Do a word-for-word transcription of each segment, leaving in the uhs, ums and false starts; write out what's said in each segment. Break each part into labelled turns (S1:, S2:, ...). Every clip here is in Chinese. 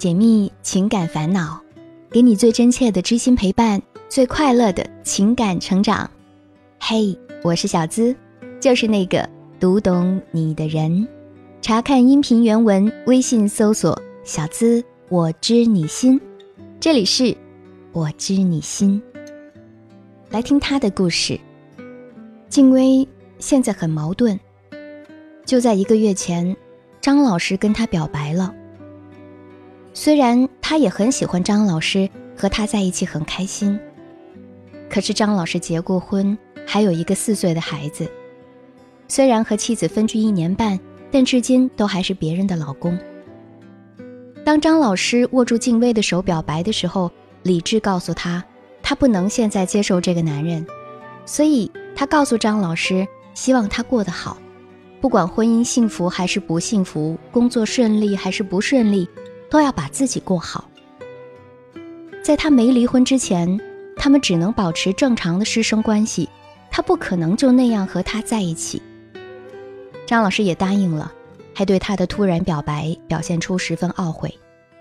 S1: 解密情感烦恼，给你最真切的知心陪伴，最快乐的情感成长。嘿，我是小资，就是那个读懂你的人。查看音频原文，微信搜索小资我知你心，这里是我知你心。来听他的故事。静薇现在很矛盾，就在一个月前，张老师跟他表白了。虽然他也很喜欢张老师，和他在一起很开心，可是张老师结过婚，还有一个四岁的孩子。虽然和妻子分居一年半，但至今都还是别人的老公。当张老师握住静薇的手表白的时候，理智告诉他，他不能现在接受这个男人，所以他告诉张老师，希望他过得好，不管婚姻幸福还是不幸福，工作顺利还是不顺利，都要把自己过好。在他没离婚之前，他们只能保持正常的师生关系，他不可能就那样和他在一起。张老师也答应了，还对他的突然表白表现出十分懊悔。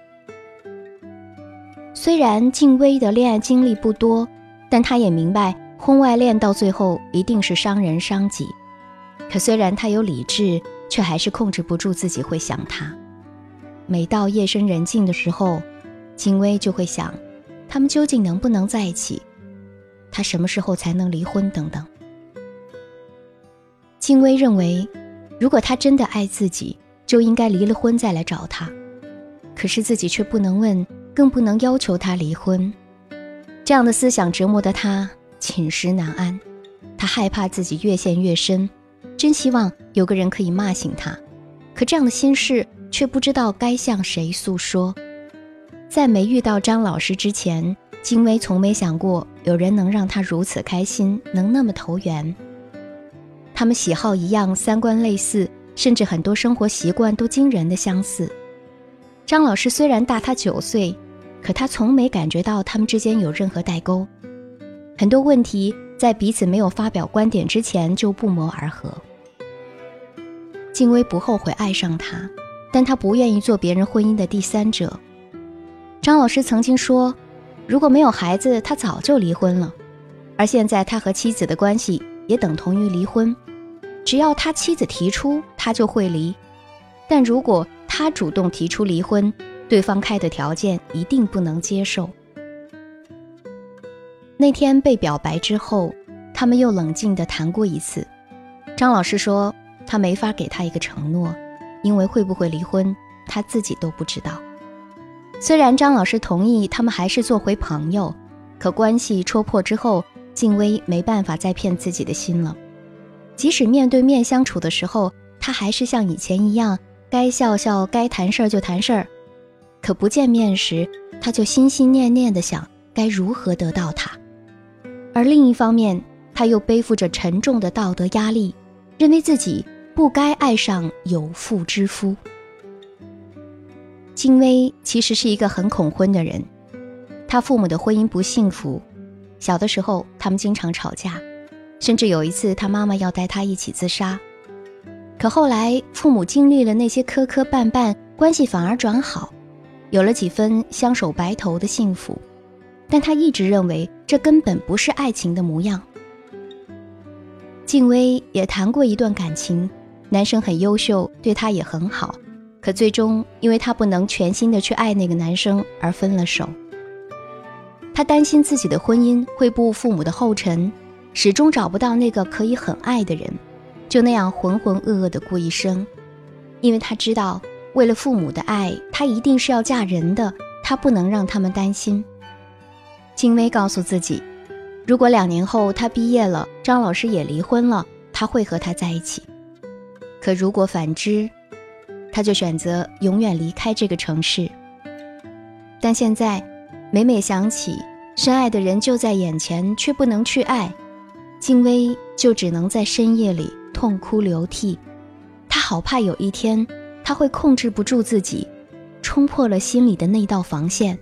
S1: 虽然静薇的恋爱经历不多，但他也明白婚外恋到最后一定是伤人伤己。可虽然他有理智，却还是控制不住自己会想他。每到夜深人静的时候，静薇就会想，他们究竟能不能在一起？他什么时候才能离婚等等。静薇认为，如果他真的爱自己，就应该离了婚再来找他。可是自己却不能问，更不能要求他离婚。这样的思想折磨得他寝食难安，他害怕自己越陷越深，真希望有个人可以骂醒他。可这样的心事却不知道该向谁诉说。在没遇到张老师之前，静薇从没想过有人能让她如此开心，能那么投缘。他们喜好一样，三观类似，甚至很多生活习惯都惊人的相似。张老师虽然大他九岁，可他从没感觉到他们之间有任何代沟。很多问题在彼此没有发表观点之前就不谋而合。静薇不后悔爱上他，但他不愿意做别人婚姻的第三者。张老师曾经说，如果没有孩子，他早就离婚了。而现在他和妻子的关系也等同于离婚，只要他妻子提出，他就会离。但如果他主动提出离婚，对方开的条件一定不能接受。那天被表白之后，他们又冷静地谈过一次。张老师说，他没法给他一个承诺，因为会不会离婚，他自己都不知道。虽然张老师同意他们还是做回朋友，可关系戳破之后，静薇没办法再骗自己的心了。即使面对面相处的时候，他还是像以前一样，该笑笑该谈事儿就谈事儿。可不见面时，他就心心念念地想该如何得到他。而另一方面，他又背负着沉重的道德压力，认为自己不该爱上有妇之夫。静薇其实是一个很恐婚的人，她父母的婚姻不幸福，小的时候他们经常吵架，甚至有一次她妈妈要带她一起自杀。可后来父母经历了那些磕磕绊绊，关系反而转好，有了几分相守白头的幸福。但她一直认为这根本不是爱情的模样。静薇也谈过一段感情，男生很优秀，对她也很好，可最终因为她不能全心的去爱那个男生而分了手。她担心自己的婚姻会步父母的后尘，始终找不到那个可以很爱的人，就那样浑浑噩噩的过一生。因为她知道，为了父母的爱，她一定是要嫁人的，她不能让他们担心。静薇告诉自己，如果两年后她毕业了，张老师也离婚了，她会和他在一起。可如果反之，她就选择永远离开这个城市。但现在每每想起深爱的人就在眼前，却不能去爱，静薇就只能在深夜里痛哭流涕。她好怕有一天，她会控制不住自己，冲破了心里的那道防线。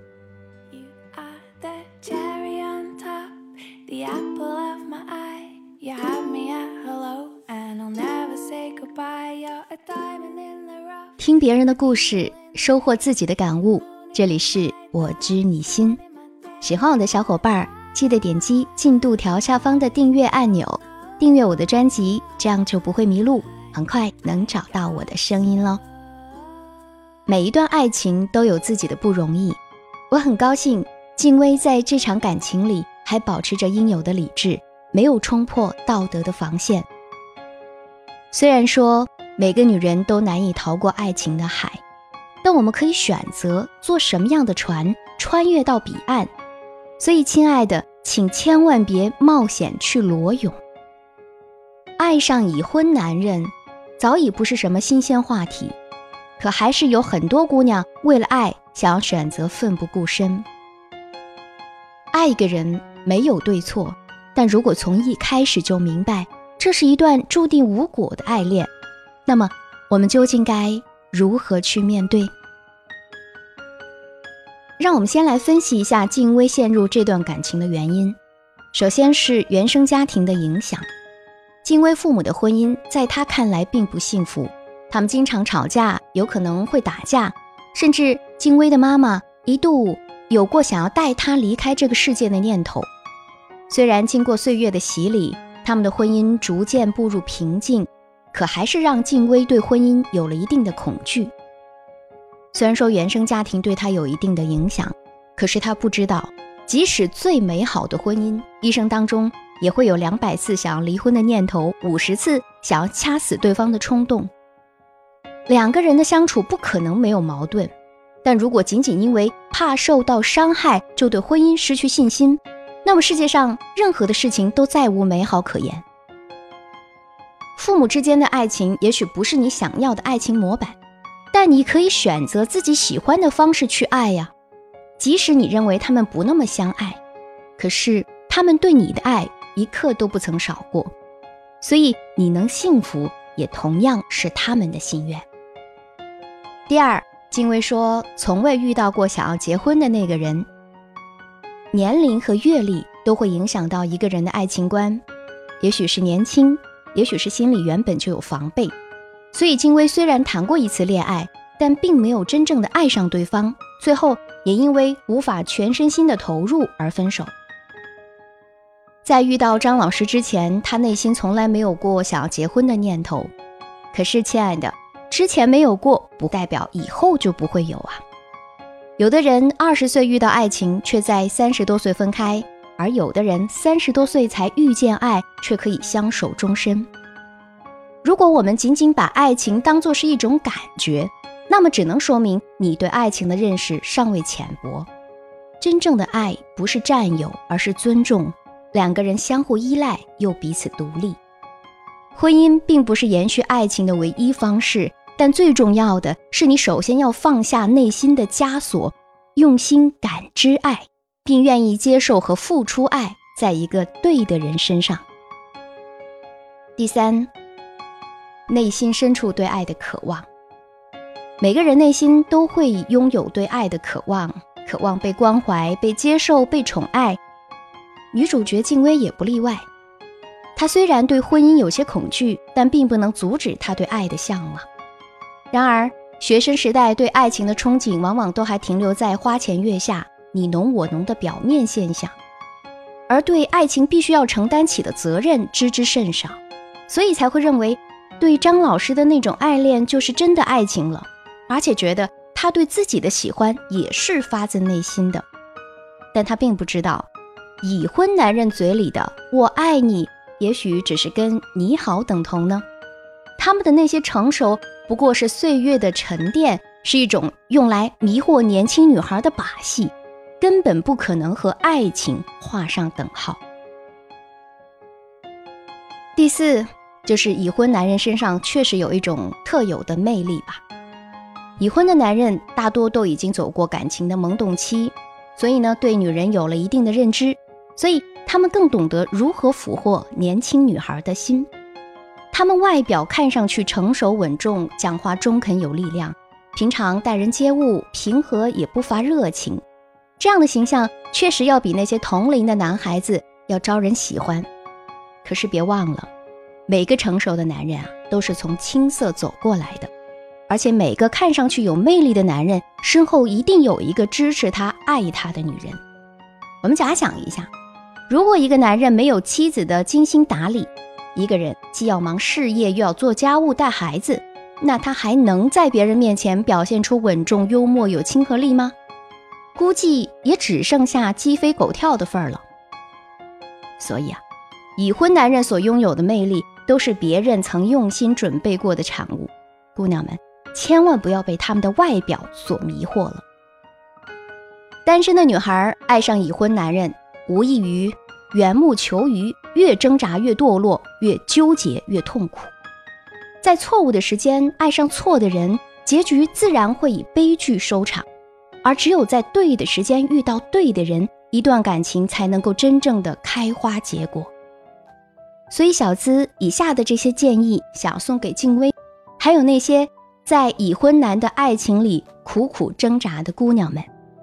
S1: 听别人的故事，收获自己的感悟。 这里是我知你心。喜欢我的小伙伴记得点击进度条下方的订阅按钮，订阅我的专辑，这样就不会迷路，很快能找到我的声音咯。每一段爱情都有自己的不容易，我很高兴静薇在这场感情里还保持着应有的理智，没有冲破道德的防线。虽然说每个女人都难以逃过爱情的海，但我们可以选择坐什么样的船穿越到彼岸。所以亲爱的，请千万别冒险去裸泳。爱上已婚男人早已不是什么新鲜话题，可还是有很多姑娘为了爱想要选择奋不顾身。爱一个人没有对错，但如果从一开始就明白这是一段注定无果的爱恋，那么我们究竟该如何去面对？让我们先来分析一下静薇陷入这段感情的原因。首先是原生家庭的影响。静薇父母的婚姻在她看来并不幸福，他们经常吵架，有可能会打架，甚至静薇的妈妈一度有过想要带她离开这个世界的念头。虽然经过岁月的洗礼，他们的婚姻逐渐步入平静，可还是让静薇对婚姻有了一定的恐惧。虽然说原生家庭对她有一定的影响，可是她不知道，即使最美好的婚姻，一生当中也会有两百次想要离婚的念头，五十次想要掐死对方的冲动。两个人的相处不可能没有矛盾，但如果仅仅因为怕受到伤害就对婚姻失去信心，那么世界上任何的事情都再无美好可言。父母之间的爱情也许不是你想要的爱情模板，但你可以选择自己喜欢的方式去爱呀。即使你认为他们不那么相爱，可是他们对你的爱一刻都不曾少过，所以你能幸福也同样是他们的心愿。第二，静薇说从未遇到过想要结婚的那个人。年龄和阅历都会影响到一个人的爱情观，也许是年轻，也许是心里原本就有防备。所以静薇虽然谈过一次恋爱，但并没有真正的爱上对方，最后也因为无法全身心的投入而分手。在遇到张老师之前，她内心从来没有过想要结婚的念头。可是亲爱的，之前没有过不代表以后就不会有啊。有的人二十岁遇到爱情，却在三十多岁分开，而有的人三十多岁才遇见爱，却可以相守终身。如果我们仅仅把爱情当作是一种感觉，那么只能说明你对爱情的认识尚未浅薄。真正的爱不是占有，而是尊重，两个人相互依赖又彼此独立。婚姻并不是延续爱情的唯一方式，但最重要的是你首先要放下内心的枷锁，用心感知爱，并愿意接受和付出爱，在一个对的人身上。第三，内心深处对爱的渴望。每个人内心都会拥有对爱的渴望，渴望被关怀、被接受、被宠爱。女主角静薇也不例外。她虽然对婚姻有些恐惧，但并不能阻止她对爱的向往。然而学生时代对爱情的憧憬往往都还停留在花前月下、你侬我侬的表面现象，而对爱情必须要承担起的责任知之甚少，所以才会认为对张老师的那种爱恋就是真的爱情了，而且觉得他对自己的喜欢也是发自内心的。但他并不知道，已婚男人嘴里的我爱你也许只是跟你好等同呢。他们的那些成熟不过是岁月的沉淀，是一种用来迷惑年轻女孩的把戏，根本不可能和爱情画上等号。第四，就是已婚男人身上确实有一种特有的魅力吧。已婚的男人大多都已经走过感情的萌动期，所以呢，对女人有了一定的认知，所以他们更懂得如何俘获年轻女孩的心。他们外表看上去成熟稳重，讲话中肯有力量，平常待人接物平和也不乏热情，这样的形象确实要比那些同龄的男孩子要招人喜欢。可是别忘了，每个成熟的男人啊，都是从青涩走过来的。 而且每个看上去有魅力的男人身后一定有一个支持他、爱他的女人。我们假想一下，如果一个男人没有妻子的精心打理，一个人既要忙事业又要做家务带孩子，那他还能在别人面前表现出稳重幽默有亲和力吗？估计也只剩下鸡飞狗跳的份儿了。所以啊，已婚男人所拥有的魅力都是别人曾用心准备过的产物，姑娘们千万不要被他们的外表所迷惑了。单身的女孩爱上已婚男人，无异于缘木求鱼，越挣扎越堕落，越纠结越痛苦。在错误的时间爱上错的人，结局自然会以悲剧收场。而只有在对的时间遇到对的人，一段感情才能够真正的开花结果。所以小资以下的这些建议想送给静薇，还有那些在已婚男的爱情里苦苦挣扎的姑娘们。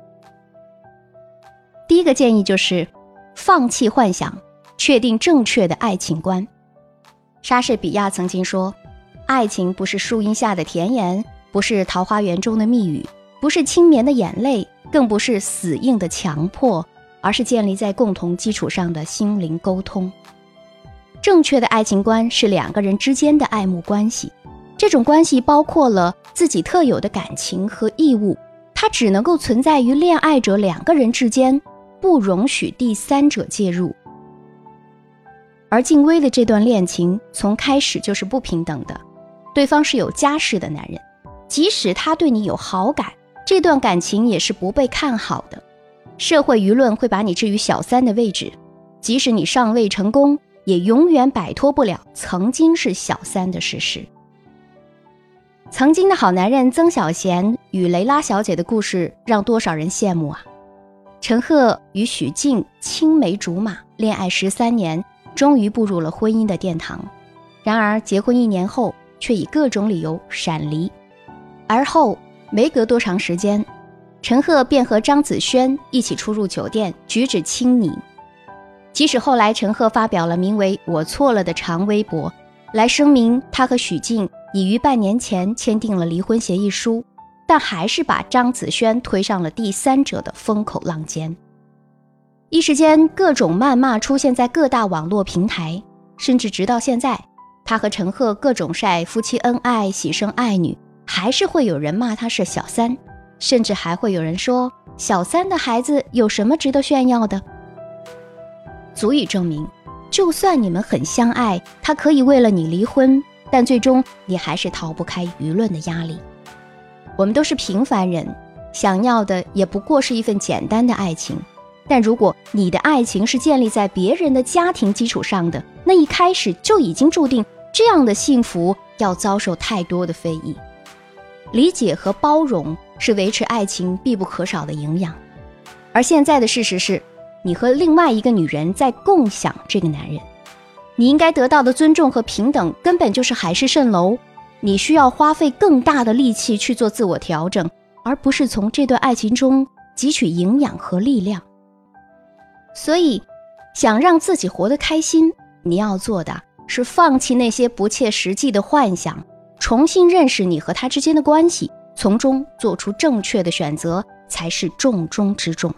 S1: 第一个建议就是放弃幻想，确定正确的爱情观。莎士比亚曾经说，爱情不是树荫下的甜言，不是桃花源中的蜜语，不是轻绵的眼泪，更不是死硬的强迫，而是建立在共同基础上的心灵沟通。正确的爱情观是两个人之间的爱慕关系，这种关系包括了自己特有的感情和义务，它只能够存在于恋爱者两个人之间，不容许第三者介入。而静薇的这段恋情从开始就是不平等的，对方是有家室的男人，即使他对你有好感，这段感情也是不被看好的。社会舆论会把你置于小三的位置，即使你尚未成功，也永远摆脱不了曾经是小三的事实。曾经的好男人曾小贤与雷拉小姐的故事让多少人羡慕啊！陈赫与许静青梅竹马，恋爱十三年，终于步入了婚姻的殿堂。然而结婚一年后，却以各种理由闪离。而后没隔多长时间，陈赫便和张子萱一起出入酒店，举止亲昵。即使后来陈赫发表了名为我错了的长微博，来声明他和许静已于半年前签订了离婚协议书，但还是把张子萱推上了第三者的风口浪尖。一时间各种谩骂出现在各大网络平台，甚至直到现在，他和陈赫各种晒夫妻恩爱喜生爱女，还是会有人骂他是小三，甚至还会有人说小三的孩子有什么值得炫耀的。足以证明，就算你们很相爱，他可以为了你离婚，但最终你还是逃不开舆论的压力。我们都是平凡人，想要的也不过是一份简单的爱情，但如果你的爱情是建立在别人的家庭基础上的，那一开始就已经注定这样的幸福要遭受太多的非议。理解和包容是维持爱情必不可少的营养，而现在的事实是，你和另外一个女人在共享这个男人，你应该得到的尊重和平等根本就是海市蜃楼，你需要花费更大的力气去做自我调整，而不是从这段爱情中汲取营养和力量。所以想让自己活得开心，你要做的是放弃那些不切实际的幻想，重新认识你和他之间的关系，从中做出正确的选择，才是重中之重。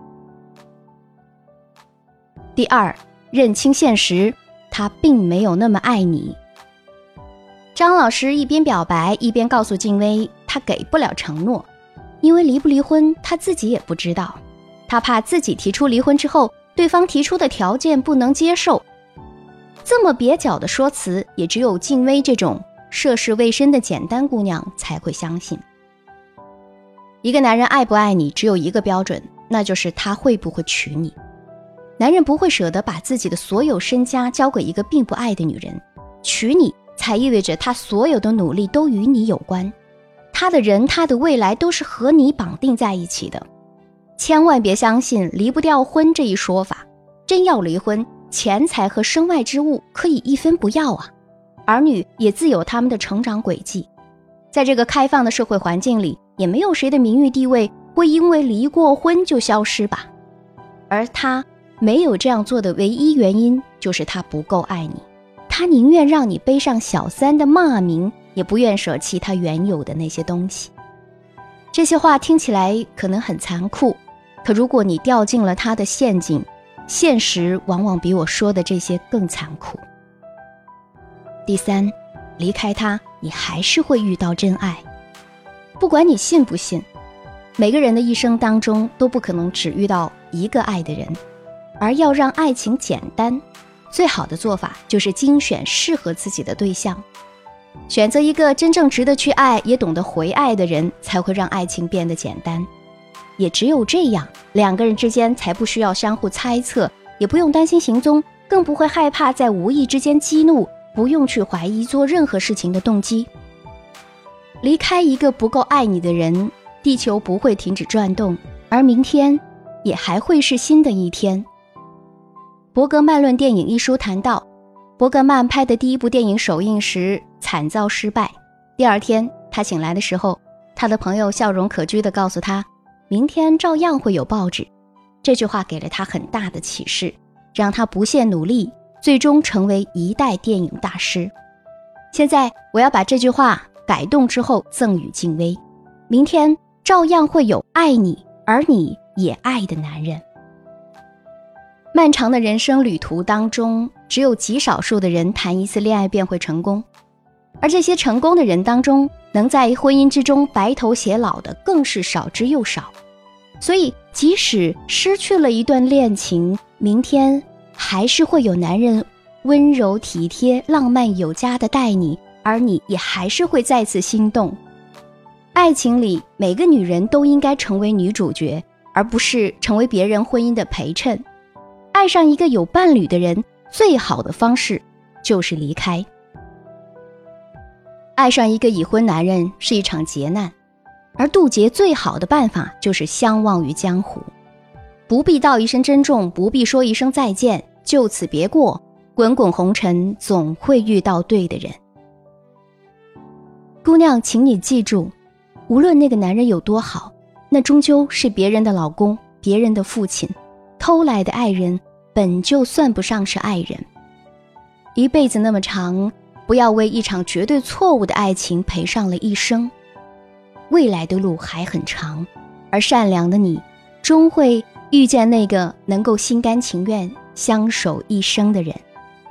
S1: 第二，认清现实，他并没有那么爱你。张老师一边表白一边告诉静薇，他给不了承诺，因为离不离婚他自己也不知道，他怕自己提出离婚之后，对方提出的条件不能接受。这么蹩脚的说辞，也只有静薇这种涉世未深的简单姑娘才会相信。一个男人爱不爱你只有一个标准，那就是他会不会娶你。男人不会舍得把自己的所有身家交给一个并不爱的女人，娶你才意味着他所有的努力都与你有关，他的人他的未来都是和你绑定在一起的。千万别相信离不掉婚这一说法，真要离婚，钱财和身外之物可以一分不要啊，儿女也自有他们的成长轨迹。在这个开放的社会环境里，也没有谁的名誉地位会因为离过婚就消失吧。而他没有这样做的唯一原因，就是他不够爱你，他宁愿让你背上小三的骂名， 也不愿舍弃他原有的那些东西。这些话听起来可能很残酷，可如果你掉进了他的陷阱，现实往往比我说的这些更残酷。第三，离开他，你还是会遇到真爱。不管你信不信，每个人的一生当中都不可能只遇到一个爱的人，而要让爱情简单，最好的做法就是精选适合自己的对象，选择一个真正值得去爱也懂得回爱的人，才会让爱情变得简单。也只有这样，两个人之间才不需要相互猜测，也不用担心行踪，更不会害怕在无意之间激怒，不用去怀疑做任何事情的动机。离开一个不够爱你的人，地球不会停止转动，而明天也还会是新的一天。伯格曼论电影一书谈到，伯格曼拍的第一部电影首映时惨遭失败，第二天他醒来的时候，他的朋友笑容可掬地告诉他，明天照样会有报纸。这句话给了他很大的启示，让他不懈努力，最终成为一代电影大师。现在我要把这句话改动之后赠予静薇，明天照样会有爱你而你也爱的男人。漫长的人生旅途当中，只有极少数的人谈一次恋爱便会成功，而这些成功的人当中，能在婚姻之中白头偕老的更是少之又少。所以即使失去了一段恋情，明天还是会有男人温柔体贴浪漫有加的待你，而你也还是会再次心动。爱情里每个女人都应该成为女主角，而不是成为别人婚姻的陪衬。爱上一个有伴侣的人，最好的方式就是离开。爱上一个已婚男人是一场劫难，而渡劫最好的办法就是相忘于江湖。不必道一声珍重，不必说一声再见，就此别过，滚滚红尘总会遇到对的人。姑娘，请你记住，无论那个男人有多好，那终究是别人的老公，别人的父亲，偷来的爱人本就算不上是爱人。一辈子那么长，不要为一场绝对错误的爱情赔上了一生。未来的路还很长，而善良的你终会遇见那个能够心甘情愿相守一生的人。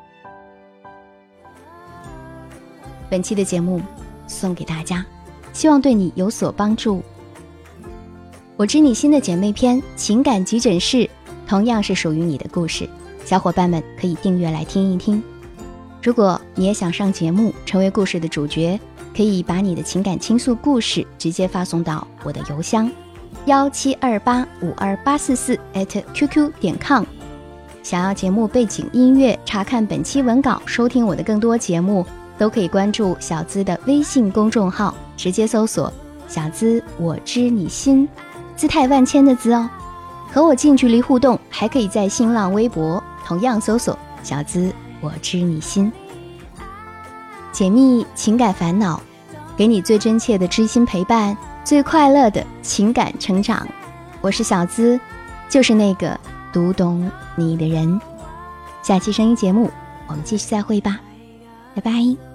S1: 本期的节目送给大家，希望对你有所帮助。我知你心的姐妹篇情感急诊室同样是属于你的故事，小伙伴们可以订阅来听一听。如果你也想上节目成为故事的主角，可以把你的情感倾诉故事直接发送到我的邮箱幺七二八五二八四四 at qq 点 com。 想要节目背景音乐，查看本期文稿，收听我的更多节目，都可以关注小资的微信公众号，直接搜索小资我知你心，姿态万千的资哦。和我近距离互动，还可以在新浪微博同样搜索小资我知你心，解密情感烦恼，给你最真切的知心陪伴，最快乐的情感成长。我是小资，就是那个读懂你的人。下期声音节目我们继续再会吧，拜拜。